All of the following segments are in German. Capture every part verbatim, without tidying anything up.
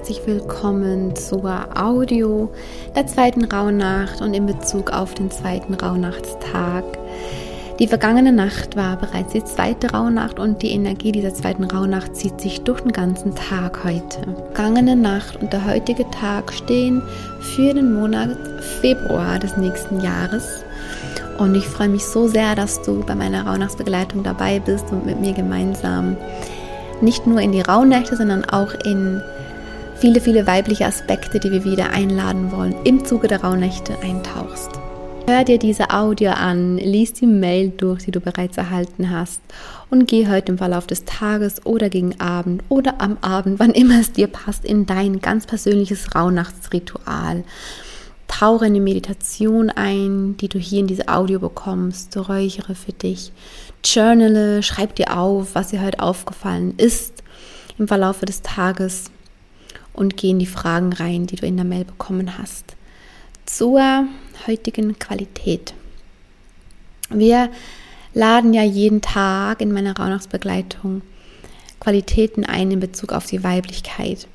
herzlich willkommen zur Audio der zweiten Rauhnacht und in Bezug auf den zweiten Rauhnachtstag. Die vergangene Nacht war bereits die zweite Rauhnacht und die Energie dieser zweiten Rauhnacht zieht sich durch den ganzen Tag heute. Die vergangene Nacht und der heutige Tag stehen für den Monat Februar des nächsten Jahres. Und ich freue mich so sehr, dass du bei meiner Rauhnachtsbegleitung dabei bist und mit mir gemeinsam nicht nur in die Rauhnächte, sondern auch in viele, viele weibliche Aspekte, die wir wieder einladen wollen, im Zuge der Rauhnächte eintauchst. Hör dir diese Audio an, lies die Mail durch, die du bereits erhalten hast und geh heute im Verlauf des Tages oder gegen Abend oder am Abend, wann immer es dir passt, in dein ganz persönliches Rauhnachtsritual. Tauche in die Meditation ein, die du hier in diese Audio bekommst, räuchere für dich, journale, schreib dir auf, was dir heute aufgefallen ist im Verlauf des Tages und geh in die Fragen rein, die du in der Mail bekommen hast. Zur heutigen Qualität. Wir laden ja jeden Tag in meiner Rauhnachtsbegleitung Qualitäten ein in Bezug auf die Weiblichkeit.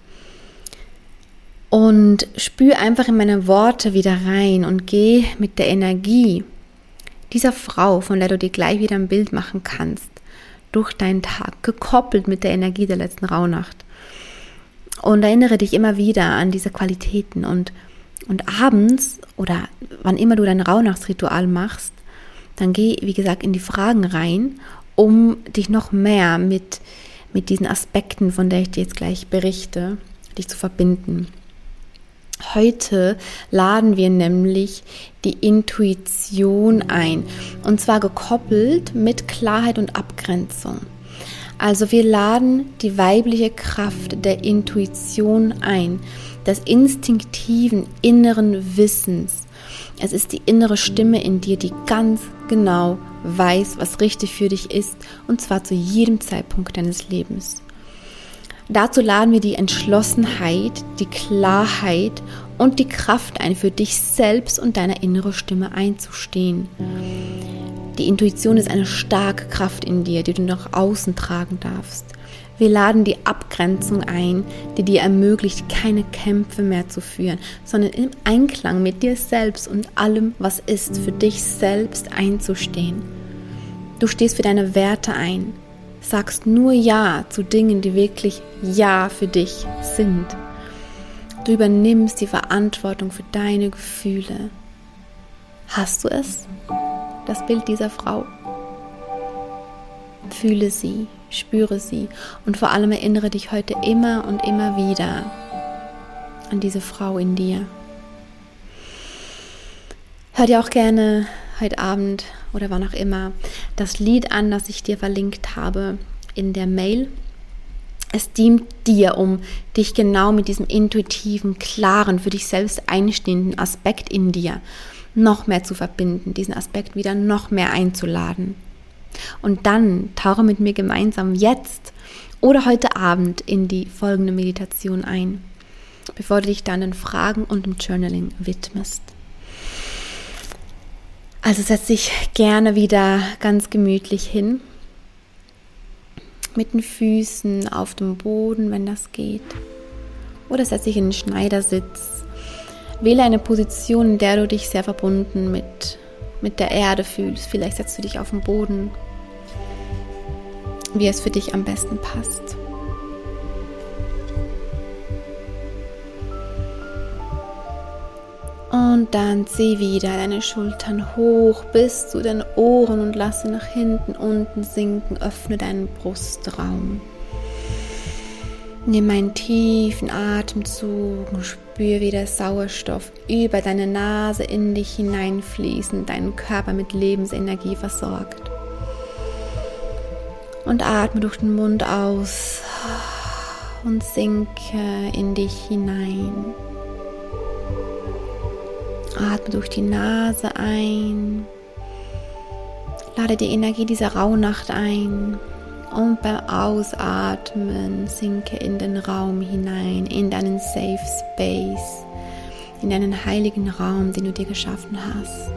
Und spür einfach in meine Worte wieder rein und geh mit der Energie dieser Frau, von der du dir gleich wieder ein Bild machen kannst, durch deinen Tag, gekoppelt mit der Energie der letzten Rauhnacht. Und erinnere dich immer wieder an diese Qualitäten und Und abends oder wann immer du dein Rauhnachtsritual machst, dann geh, wie gesagt, in die Fragen rein, um dich noch mehr mit, mit diesen Aspekten, von der ich dir jetzt gleich berichte, dich zu verbinden. Heute laden wir nämlich die Intuition ein, und zwar gekoppelt mit Klarheit und Abgrenzung. Also wir laden die weibliche Kraft der Intuition ein, des instinktiven inneren Wissens. Es ist die innere Stimme in dir, die ganz genau weiß, was richtig für dich ist, und zwar zu jedem Zeitpunkt deines Lebens. Dazu laden wir die Entschlossenheit, die Klarheit und die Kraft ein, für dich selbst und deine innere Stimme einzustehen. Die Intuition ist eine starke Kraft in dir, die du nach außen tragen darfst. Wir laden die Abgrenzung ein, die dir ermöglicht, keine Kämpfe mehr zu führen, sondern im Einklang mit dir selbst und allem, was ist, für dich selbst einzustehen. Du stehst für deine Werte ein, sagst nur Ja zu Dingen, die wirklich Ja für dich sind. Du übernimmst die Verantwortung für deine Gefühle. Hast du es? Das Bild dieser Frau? Fühle sie, spüre sie und vor allem erinnere dich heute immer und immer wieder an diese Frau in dir. Hör dir auch gerne heute Abend oder wann auch immer das Lied an, das ich dir verlinkt habe in der Mail. Es dient dir, um dich genau mit diesem intuitiven, klaren, für dich selbst einstehenden Aspekt in dir noch mehr zu verbinden, diesen Aspekt wieder noch mehr einzuladen. Und dann tauche mit mir gemeinsam jetzt oder heute Abend in die folgende Meditation ein, bevor du dich dann den Fragen und dem Journaling widmest. Also setz dich gerne wieder ganz gemütlich hin, mit den Füßen auf dem Boden, wenn das geht, oder setz dich in den Schneidersitz. Wähle eine Position, in der du dich sehr verbunden mit, mit der Erde fühlst. Vielleicht setzt du dich auf den Boden, wie es für dich am besten passt. Und dann zieh wieder deine Schultern hoch bis zu den Ohren und lasse nach hinten unten sinken. Öffne deinen Brustraum. Nimm einen tiefen Atemzug und spür, wie der Sauerstoff über deine Nase in dich hineinfließt und deinen Körper mit Lebensenergie versorgt. Und atme durch den Mund aus und sinke in dich hinein. Atme durch die Nase ein. Lade die Energie dieser Rauhnacht ein. Und beim Ausatmen sinke in den Raum hinein, in deinen Safe Space, in deinen heiligen Raum, den du dir geschaffen hast.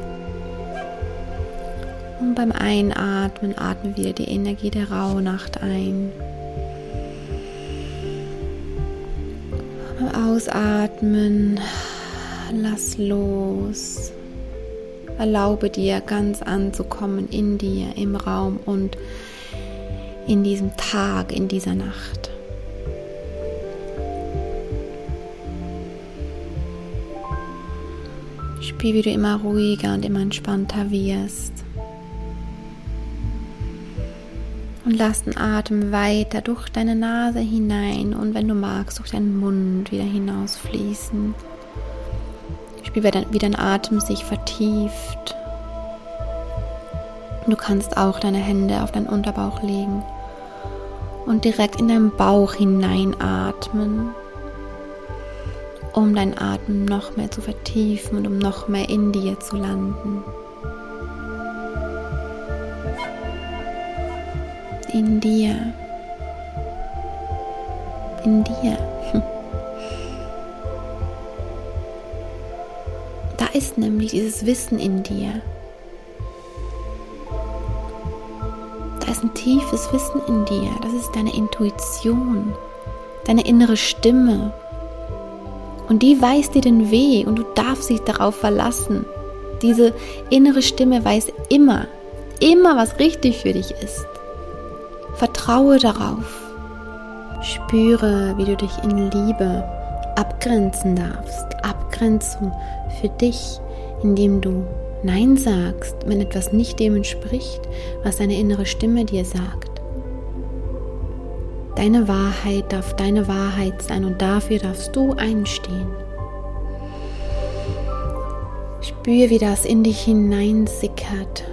Und beim Einatmen atme wieder die Energie der Rauhnacht ein. Beim Ausatmen, lass los. Erlaube dir, ganz anzukommen in dir, im Raum und in diesem Tag, in dieser Nacht. Spür, wie du immer ruhiger und immer entspannter wirst. Und lass den Atem weiter durch deine Nase hinein und wenn du magst, durch deinen Mund wieder hinausfließen. Spür, wie dein Atem sich vertieft. Du kannst auch deine Hände auf deinen Unterbauch legen und direkt in deinen Bauch hineinatmen, um deinen Atem noch mehr zu vertiefen und um noch mehr in dir zu landen. In dir. In dir. Da ist nämlich dieses Wissen in dir. Da ist ein tiefes Wissen in dir. Das ist deine Intuition, deine innere Stimme. Und die weiß dir den Weg und du darfst dich darauf verlassen. Diese innere Stimme weiß immer, immer, was richtig für dich ist. Vertraue darauf. Spüre, wie du dich in Liebe abgrenzen darfst. Abgrenzung für dich, indem du Nein sagst, wenn etwas nicht dem entspricht, was deine innere Stimme dir sagt. Deine Wahrheit darf deine Wahrheit sein und dafür darfst du einstehen. Spüre, wie das in dich hineinsickert.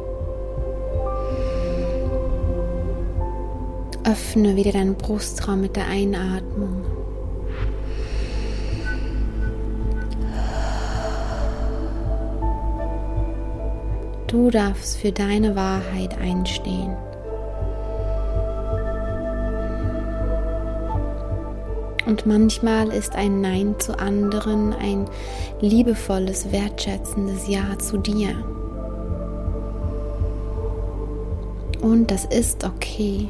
Öffne wieder deinen Brustraum mit der Einatmung. Du darfst für deine Wahrheit einstehen. Und manchmal ist ein Nein zu anderen ein liebevolles, wertschätzendes Ja zu dir. Und das ist okay.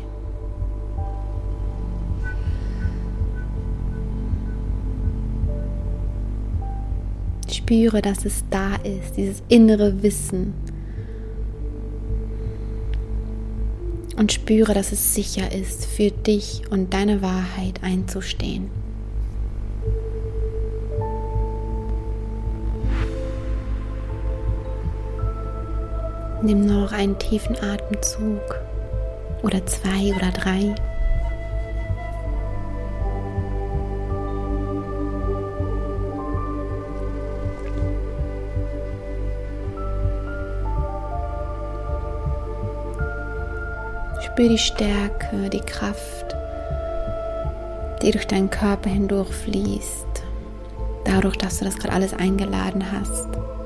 Spüre, dass es da ist, dieses innere Wissen. Und spüre, dass es sicher ist, für dich und deine Wahrheit einzustehen. Nimm noch einen tiefen Atemzug oder zwei oder drei. Spür die Stärke, die Kraft, die durch deinen Körper hindurch fließt, dadurch, dass du das gerade alles eingeladen hast.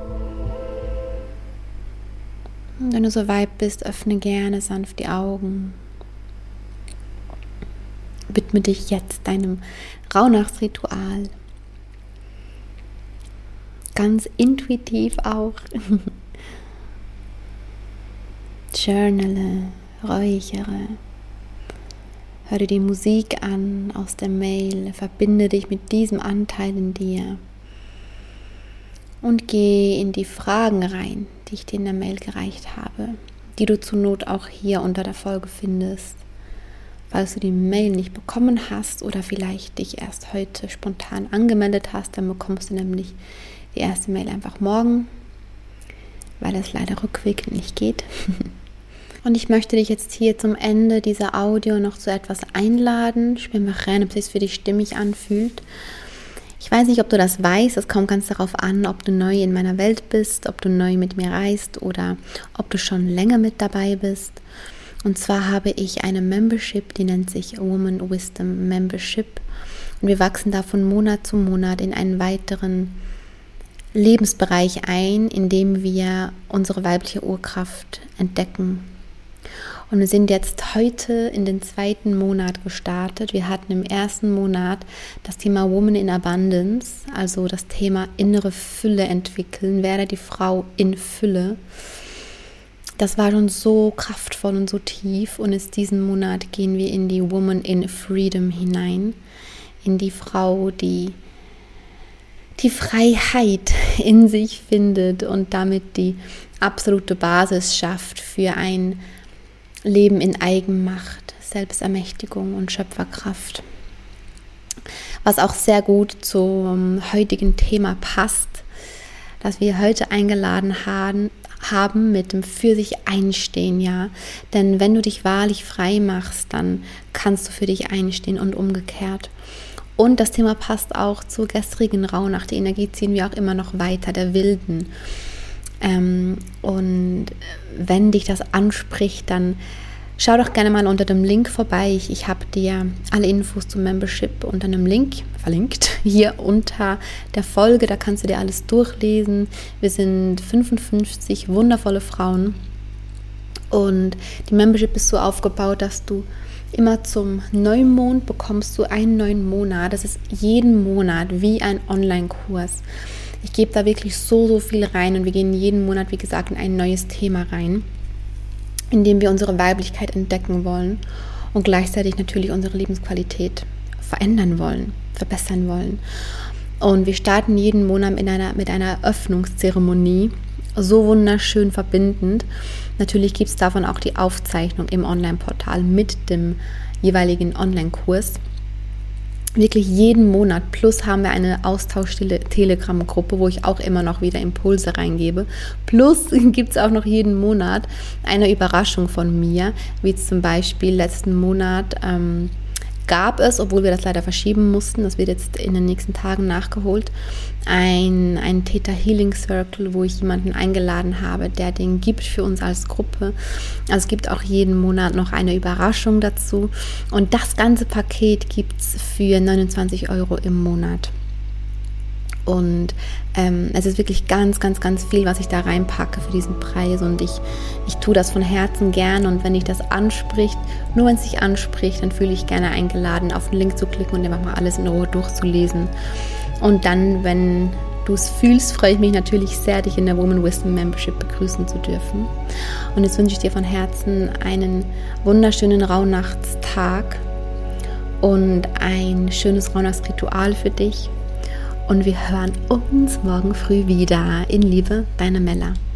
Und wenn du so weit bist, öffne gerne sanft die Augen. Widme dich jetzt deinem Rauhnachtsritual. Ganz intuitiv auch. Journale. Räuchere, hör dir die Musik an aus der Mail, verbinde dich mit diesem Anteil in dir und geh in die Fragen rein, die ich dir in der Mail gereicht habe, die du zur Not auch hier unter der Folge findest. Falls du die Mail nicht bekommen hast oder vielleicht dich erst heute spontan angemeldet hast, dann bekommst du nämlich die erste Mail einfach morgen, weil das leider rückwirkend nicht geht. Und ich möchte dich jetzt hier zum Ende dieser Audio noch zu etwas einladen. Spür mal rein, ob es sich für dich stimmig anfühlt. Ich weiß nicht, ob du das weißt. Es kommt ganz darauf an, ob du neu in meiner Welt bist, ob du neu mit mir reist oder ob du schon länger mit dabei bist. Und zwar habe ich eine Membership, die nennt sich Woman Wisdom Membership. Und wir wachsen da von Monat zu Monat in einen weiteren Lebensbereich ein, in dem wir unsere weibliche Urkraft entdecken. Und wir sind jetzt heute in den zweiten Monat gestartet. Wir hatten im ersten Monat das Thema Woman in Abundance, also das Thema innere Fülle entwickeln, werde die Frau in Fülle. Das war schon so kraftvoll und so tief und in diesem Monat gehen wir in die Woman in Freedom hinein, in die Frau, die die Freiheit in sich findet und damit die absolute Basis schafft für ein Leben in Eigenmacht, Selbstermächtigung und Schöpferkraft. Was auch sehr gut zum heutigen Thema passt, das wir heute eingeladen haben, haben mit dem für sich einstehen, ja. Denn wenn du dich wahrlich frei machst, dann kannst du für dich einstehen und umgekehrt. Und das Thema passt auch zur gestrigen Rauhnacht. Die Energie ziehen wir auch immer noch weiter, der Wilden. Ähm, und wenn dich das anspricht, dann schau doch gerne mal unter dem Link vorbei. Ich, ich habe dir alle Infos zum Membership unter einem Link verlinkt, hier unter der Folge. Da kannst du dir alles durchlesen. Wir sind fünfundfünfzig wundervolle Frauen. Und die Membership ist so aufgebaut, dass du immer zum Neumond bekommst du einen neuen Monat. Das ist jeden Monat wie ein Online-Kurs. Ich gebe da wirklich so, so viel rein und wir gehen jeden Monat, wie gesagt, in ein neues Thema rein, in dem wir unsere Weiblichkeit entdecken wollen und gleichzeitig natürlich unsere Lebensqualität verändern wollen, verbessern wollen. Und wir starten jeden Monat in einer, mit einer Eröffnungszeremonie, so wunderschön verbindend. Natürlich gibt es davon auch die Aufzeichnung im Online-Portal mit dem jeweiligen Online-Kurs. Wirklich jeden Monat. Plus haben wir eine Austausch-Telegram-Gruppe, wo ich auch immer noch wieder Impulse reingebe. Plus gibt es auch noch jeden Monat eine Überraschung von mir, wie zum Beispiel letzten Monat ähm, gab es, obwohl wir das leider verschieben mussten, das wird jetzt in den nächsten Tagen nachgeholt, ein, ein Theta Healing Circle, wo ich jemanden eingeladen habe, der den gibt für uns als Gruppe. Also es gibt auch jeden Monat noch eine Überraschung dazu und das ganze Paket gibt es für neunundzwanzig Euro im Monat. Und ähm, es ist wirklich ganz, ganz, ganz viel, was ich da reinpacke für diesen Preis und ich, ich tue das von Herzen gern und wenn dich das anspricht, nur wenn es dich anspricht, dann fühle ich gerne eingeladen, auf den Link zu klicken und einfach mal alles in Ruhe durchzulesen. Und dann, wenn du es fühlst, freue ich mich natürlich sehr, dich in der Woman Wisdom Membership begrüßen zu dürfen. Und jetzt wünsche ich dir von Herzen einen wunderschönen Rauhnachtstag und ein schönes Rauhnachtsritual für dich. Und wir hören uns morgen früh wieder. In Liebe, deine Mella.